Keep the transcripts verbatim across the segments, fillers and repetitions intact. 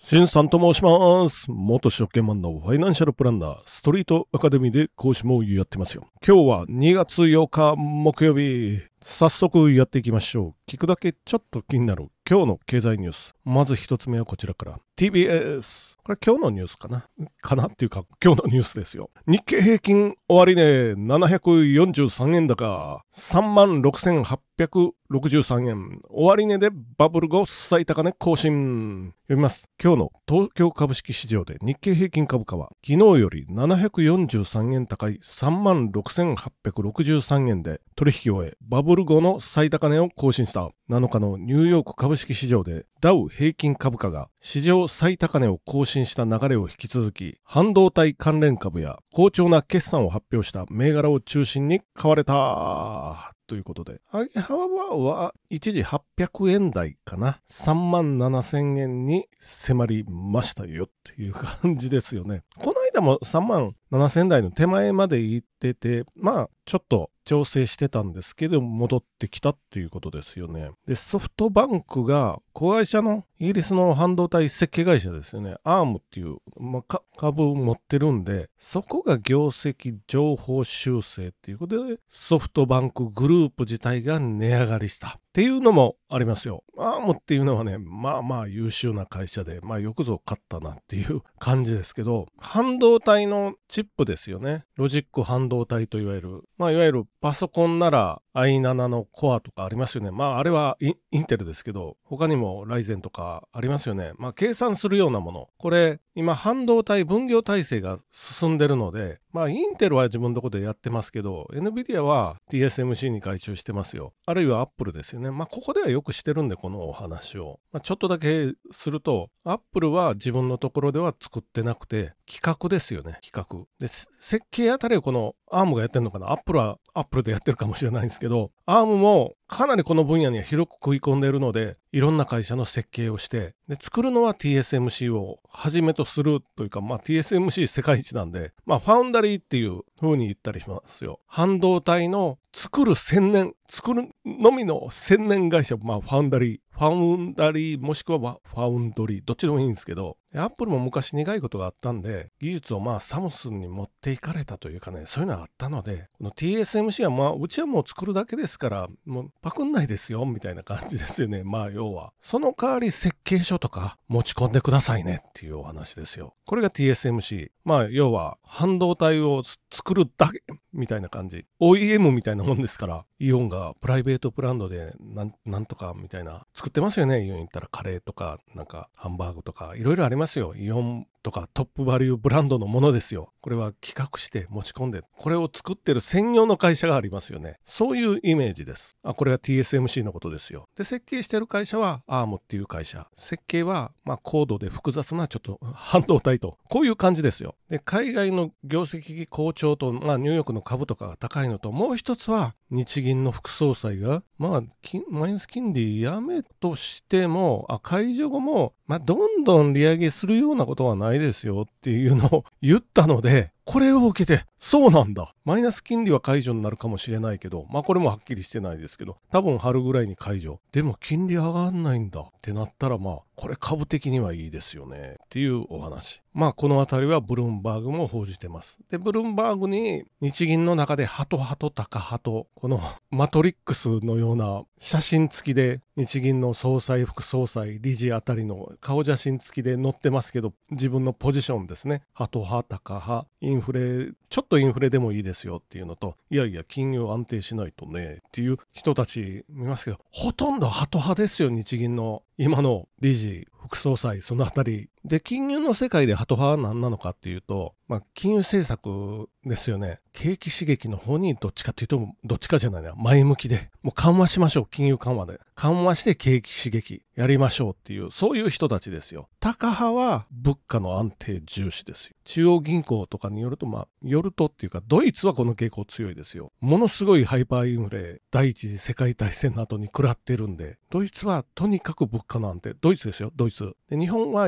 しんさんと申します。元証券マンのファイナンシャルプランナー、ストリートアカデミーで講師もやってますよ。今日はにがつようか木曜日。早速やっていきましょう。聞くだけちょっと気になる今日の経済ニュース。まず一つ目はこちらから。ティービーエス。これ今日のニュースかなかなっていうか今日のニュースですよ。日経平均終値ななひゃくよんじゅうさんえん高。さんまんろくせんはっぴゃくろくじゅうさんえん。終値でバブル後最高値更新。読みます。今日の東京株式市場で日経平均株価は昨日よりななひゃくよんじゅうさんえん高いさんまんろくせんはっぴゃくろくじゅうさんえんで取引を終え、バブル後の最高値を更新した。なのかのニューヨーク株式市場でダウ平均株価が史上最高値を更新した流れを引き続き、半導体関連株や好調な決算を発表した銘柄を中心に買われた。ということで、上げ幅は一時はっぴゃくえん台かな。さんまんななせんえんに迫りましたよっていう感じですよね。この間もさんまんななせん台の手前まで行ってて、まあちょっと調整してたんですけど戻ってきたっていうことですよね。で、ソフトバンクが子会社のイギリスの半導体設計会社ですよね。アームっていう、まあ、株を持ってるんで、そこが業績情報修正っていうことで、ソフトバンクグループ自体が値上がりしたっていうのもありますよ。アームっていうのはね、まあまあ優秀な会社で、まあよくぞ買ったなっていう感じですけど、半導体のチップですよね。ロジック半導体といわれる、まあいわゆるパソコンなら アイセブン のコアとかありますよね。まああれはインテルですけど、他にもライゼンとかありますよね。まあ計算するようなもの。これ今半導体分業体制が進んでるので、まあインテルは自分のとこでやってますけど、エヌビディア は ティーエスエムシー に外注してますよ。あるいは Apple ですよね。まあここではよくしてるんでこのお話を。まあ、ちょっとだけすると、Apple は自分のところでは作ってなくて、企画ですよね。企画。で、設計あたりをこの アーム がやってるのかな。Apple は Apple でやってるかもしれないんですけど、アーム もかなりこの分野には広く食い込んでいるので、いろんな会社の設計をして、で作るのは ティーエスエムシー をはじめとするというか、まあ ティーエスエムシー 世界一なんで、まあファウンダリーっていう風に言ったりしますよ。半導体の作る専念、作るのみの専念会社、まあファウンダリー。ファウンダリーもしくはファウンドリー、どっちでもいいんですけど、アップルも昔苦いことがあったんで、技術をまあサムスンに持っていかれたというかね、そういうのがあったので、この ティーエスエムシー はまあ、うちはもう作るだけですから、もうパクんないですよ、みたいな感じですよね。まあ要は。その代わり設計書とか持ち込んでくださいねっていうお話ですよ。これが ティーエスエムシー。まあ要は半導体を作るだけみたいな感じ。オーイーエム みたいなもんですから、イオンがプライベートブランドでなんなんとかみたいな作ってますよね。イオン行ったらカレーとかなんかハンバーグとかいろいろありますよ。イオンとかトップバリューブランドのものですよ。これは企画して持ち込んで、これを作ってる専用の会社がありますよね。そういうイメージです。あ、これは ティーエスエムシー のことですよ。で、設計してる会社は アーム っていう会社。設計はまあ高度で複雑なちょっと半導体と、こういう感じですよ。で、海外の業績好調と、まあニューヨークの株とかが高いのと、もう一つは日銀の副総裁が、まあ、マイナス金利やめとしても、あ、解除後も、まあ、どんどん利上げするようなことはないですよっていうのを言ったので、これを受けて、そうなんだ。マイナス金利は解除になるかもしれないけど、まあこれもはっきりしてないですけど、多分春ぐらいに解除。でも金利上がんないんだってなったら、まあ、これ株的にはいいですよねっていうお話。まあこのあたりはブルームバーグも報じてます。で、ブルームバーグに日銀の中でハトハトタカハト、このマトリックスのような写真付きで日銀の総裁、副総裁、理事あたりの顔写真付きで載ってますけど、自分のポジションですね。ハト派、タカ派、インフレ、ちょっとインフレでもいいですよっていうのと、いやいや金融安定しないとねっていう人たち見ますけど、ほとんどハト派ですよ、日銀の今の理事、副総裁、そのあたり。で、金融の世界でハト派は何なのかっていうと、まあ、金融政策ですよね。景気刺激の方にどっちかっていうと、どっちかじゃないな、前向きで、もう緩和しましょう、金融緩和で。緩和して景気刺激やりましょうっていう、そういう人たちですよ。タカ派は物価の安定重視ですよ。中央銀行とかによると、まあ、よるとっていうか、ドイツはこの傾向強いですよ。ものすごいハイパーインフレ、第一次世界大戦の後に食らってるんで、ドイツはとにかく物価の安定、ドイツですよ、ドイツ。で、日本は今のと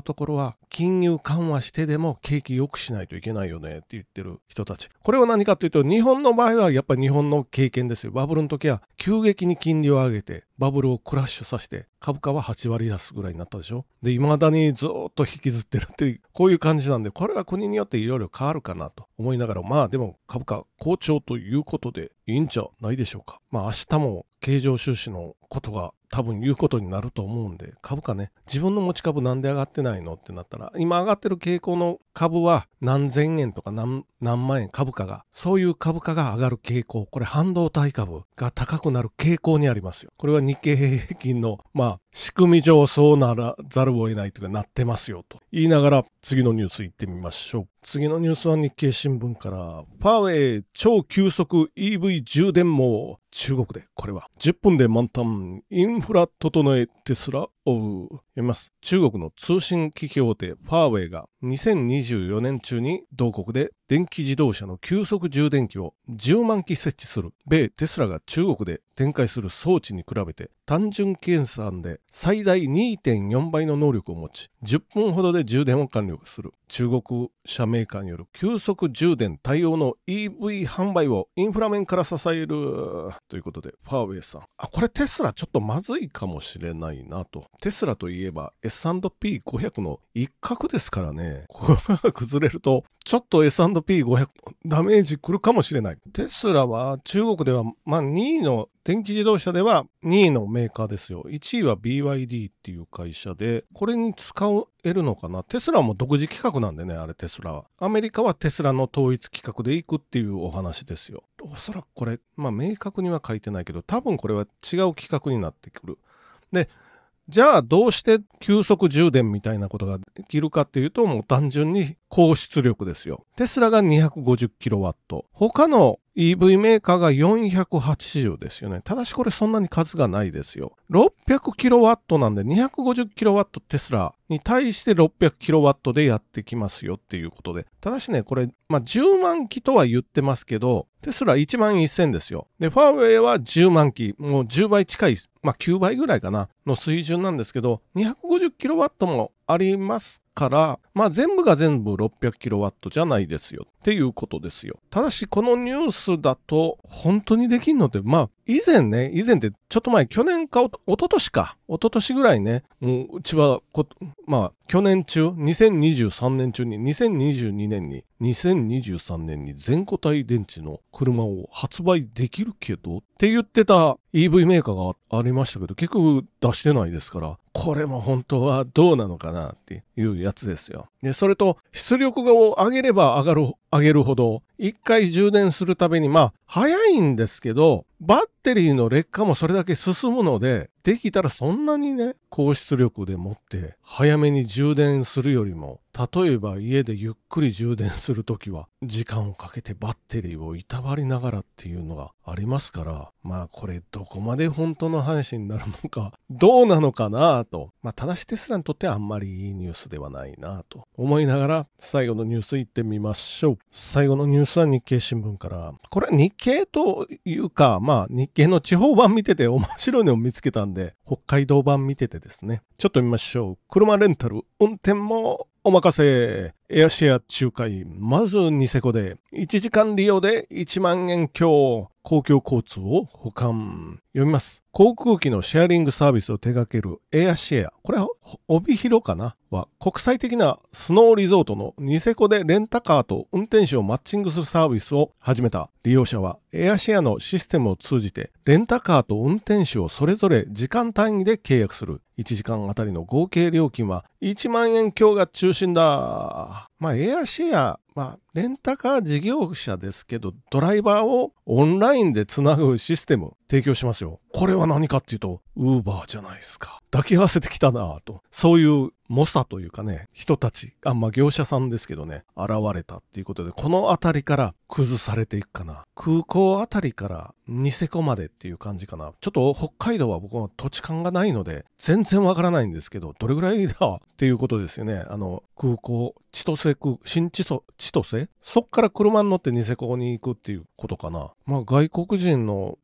ところは金融緩和してでも景気良くしないといけないよねって言ってる人たち。これは何かというと、日本の場合はやっぱり日本の経験ですよ。バブルの時は急激に金利を上げてバブルをクラッシュさせて株価ははちわり安ぐらいになったでしょ。で、未だにずっと引きずってるっていう、こういう感じなんで、これは国によっていろいろ変わるかなと思いながら、まあでも株価好調ということでいいんじゃないでしょうか。まあ明日も経常収支のことが多分言うことになると思うんで、株価ね、自分の持ち株なんで上がってないのってなったら、今上がってる傾向の株は何千円とか 何, 何万円株価が、そういう株価が上がる傾向、これ半導体株が高くなる傾向にありますよ。これは日経平均の、まあ、仕組み上そうならざるを得ないというかなってますよと言いながら、次のニュース行ってみましょう。次のニュースは日経新聞から、ファーウェイ超急速 イーブイ 充電網、中国でこれはじゅっぷんで満タン、インフラ整えテスラを読みます。中国の通信機器大手ファーウェイがにせんにじゅうよねん中に同国で電気自動車の急速充電器をじゅうまんき設置する米テスラが中国で展開する装置に比べて単純計算で最大 にてんよんばいの能力を持ち、じゅっぷんほどで充電を完了する中国車メーカーによる急速充電対応の イーブイ 販売をインフラ面から支えるということで、ファーウェイさん、あ、これテスラちょっとまずいかもしれないなと。テスラといえば エスアンドピーごひゃく の一角ですからね、これが崩れるとちょっと エスアンドピーごひゃく ダメージくるかもしれない。テスラは中国では、まあ、にいの電気自動車ではにいのメーカーですよ。いちいは ビーワイディー っていう会社で、これに使えるのかな。テスラも独自規格なんでね、あれテスラは。アメリカはテスラの統一規格でいくっていうお話ですよ。おそらくこれ、まあ明確には書いてないけど、多分これは違う規格になってくる。で、じゃあどうして急速充電みたいなことができるかっていうと、もう単純に高出力ですよ。テスラが にひゃくごじゅっキロワット、他の イーブイ メーカーがよんひゃくはちじゅうですよね。ただしこれそんなに数がないですよ。ろっぴゃくキロワットなんで にひゃくごじゅっキロワット テスラに対して ろっぴゃくキロワット でやってきますよっていうことで。ただしね、これ、まあ、じゅうまんきとは言ってますけど、テスラいちまんせんですよ。で、ファーウェイはじゅうまんき、もうじゅうばい近い、まあきゅうばいぐらいかな、の水準なんですけど、にひゃくごじゅっキロワット もありますから、まあ全部が全部 ろっぴゃくキロワット じゃないですよっていうことですよ。ただしこのニュースだと本当にできんのって、まあ以前ね、以前ってちょっと前、去年かおと、おととしか、おととしぐらいね、もううちはこ、まあ去年中、にせんにじゅうさんねん中に、にせんにじゅうにねんに、にせんにじゅうさんねんに全固体電池の車を発売できるけどって言ってた イーブイ メーカーがありましたけど、結局出してないですから、これも本当はどうなのかなっていうやつですよ。で、それと出力を上げれば上がる、上げるほど、一回充電するたびに、まあ、早いんですけど、バッテリーの劣化もそれだけ進むので、できたらそんなにね、高出力でもって早めに充電するよりも、例えば家でゆっくり充電するときは時間をかけてバッテリーをいたわりながらっていうのがありますから、まあこれどこまで本当の話になるのかどうなのかなと、まあただしテスラにとってはあんまりいいニュースではないなと思いながら、最後のニュースいってみましょう。最後のニュースは日経新聞から。これは日経というか、まあ日経の地方版見てて面白いのを見つけたんで、北海道版見ててですね、ちょっと見ましょう。車レンタル運転もお任せ。エアシェア仲介、まずニセコでいちじかん利用でいちまんえん強、公共交通を補完。読みます。航空機のシェアリングサービスを手掛けるエアシェア、これは帯広かなは国際的なスノーリゾートのニセコでレンタカーと運転手をマッチングするサービスを始めた。利用者はエアシェアのシステムを通じてレンタカーと運転手をそれぞれ時間単位で契約する。いちじかんあたりの合計料金はいちまんえん強が中心だ。まあエアシェア、まあレンタカー事業者ですけど、ドライバーをオンラインでつなぐシステム提供しますよ。これは何かっていうと、ウーバーじゃないですか。抱き合わせてきたなぁと。そういう猛者というかね、人たち、あ、まあ業者さんですけどね、現れたっていうことで、この辺りから崩されていくかな。空港あたりからニセコまでっていう感じかな。ちょっと北海道は僕は土地勘がないので、全然わからないんですけど、どれぐらいだっていうことですよね。あの、空港、千歳空、新千歳、そっから車に乗ってニセコに行くっていうことかな。まあ外国人の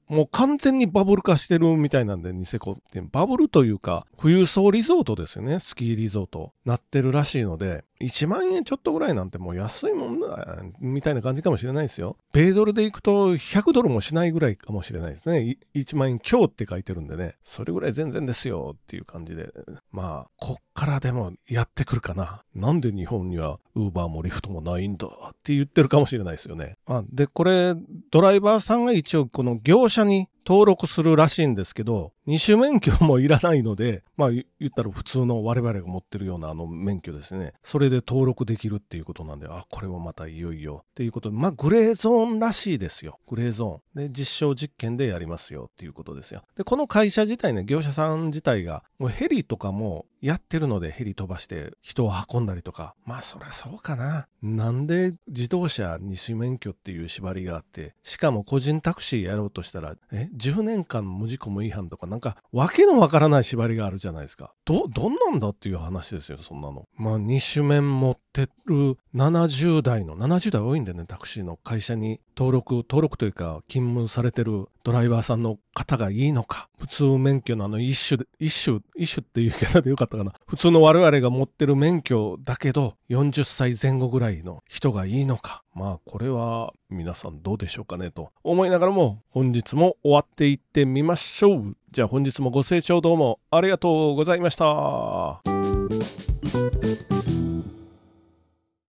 もう完全にバブル化してるみたいなんで、ニセコってバブルというか、富裕層リゾートですよね。スキーリゾート。なってるらしいので、いちまんえんちょっとぐらいなんてもう安いもんだ、みたいな感じかもしれないですよ。米ドルで行くとひゃくドルもしないぐらいかもしれないですね。いちまんえん強って書いてるんでね。それぐらい全然ですよっていう感じで。まあ、こっからでもやってくるかな。なんで日本にはウーバーもリフトもないんだって言ってるかもしれないですよね。あで、これ、ドライバーさんが一応この業者に登録するらしいんですけど、二種免許もいらないので、まあ言ったら普通の我々が持ってるようなあの免許ですね。それで登録できるっていうことなんで、あ、これもまたいよいよっていうことで、まあグレーゾーンらしいですよ。グレーゾーン。で、実証実験でやりますよっていうことですよ。で、この会社自体ね、業者さん自体が、もうヘリとかもやってるので、ヘリ飛ばして人を運んだりとか、まあそりゃそうかな。なんで自動車二種免許っていう縛りがあって、しかも個人タクシーやろうとしたら、え、じゅうねんかん無事故無違反とか、なんか、わけのわからない縛りがあるじゃないですか。ど、どんなんだっていう話ですよ、そんなの。まあ、二種免持ってるななじゅう代の、ななじゅう代多いんでね、タクシーの会社に登録、登録というか、勤務されてるドライバーさんの方がいいのか。普通免許のあの一種、一種、一種っていう言い方でよかったかな。普通の我々が持ってる免許だけど、よんじゅっさいぜん後ぐらいの人がいいのか。まあ、これは皆さんどうでしょうかねと思いながらも、本日も終わっていってみましょう。じゃあ本日もご清聴どうもありがとうございました。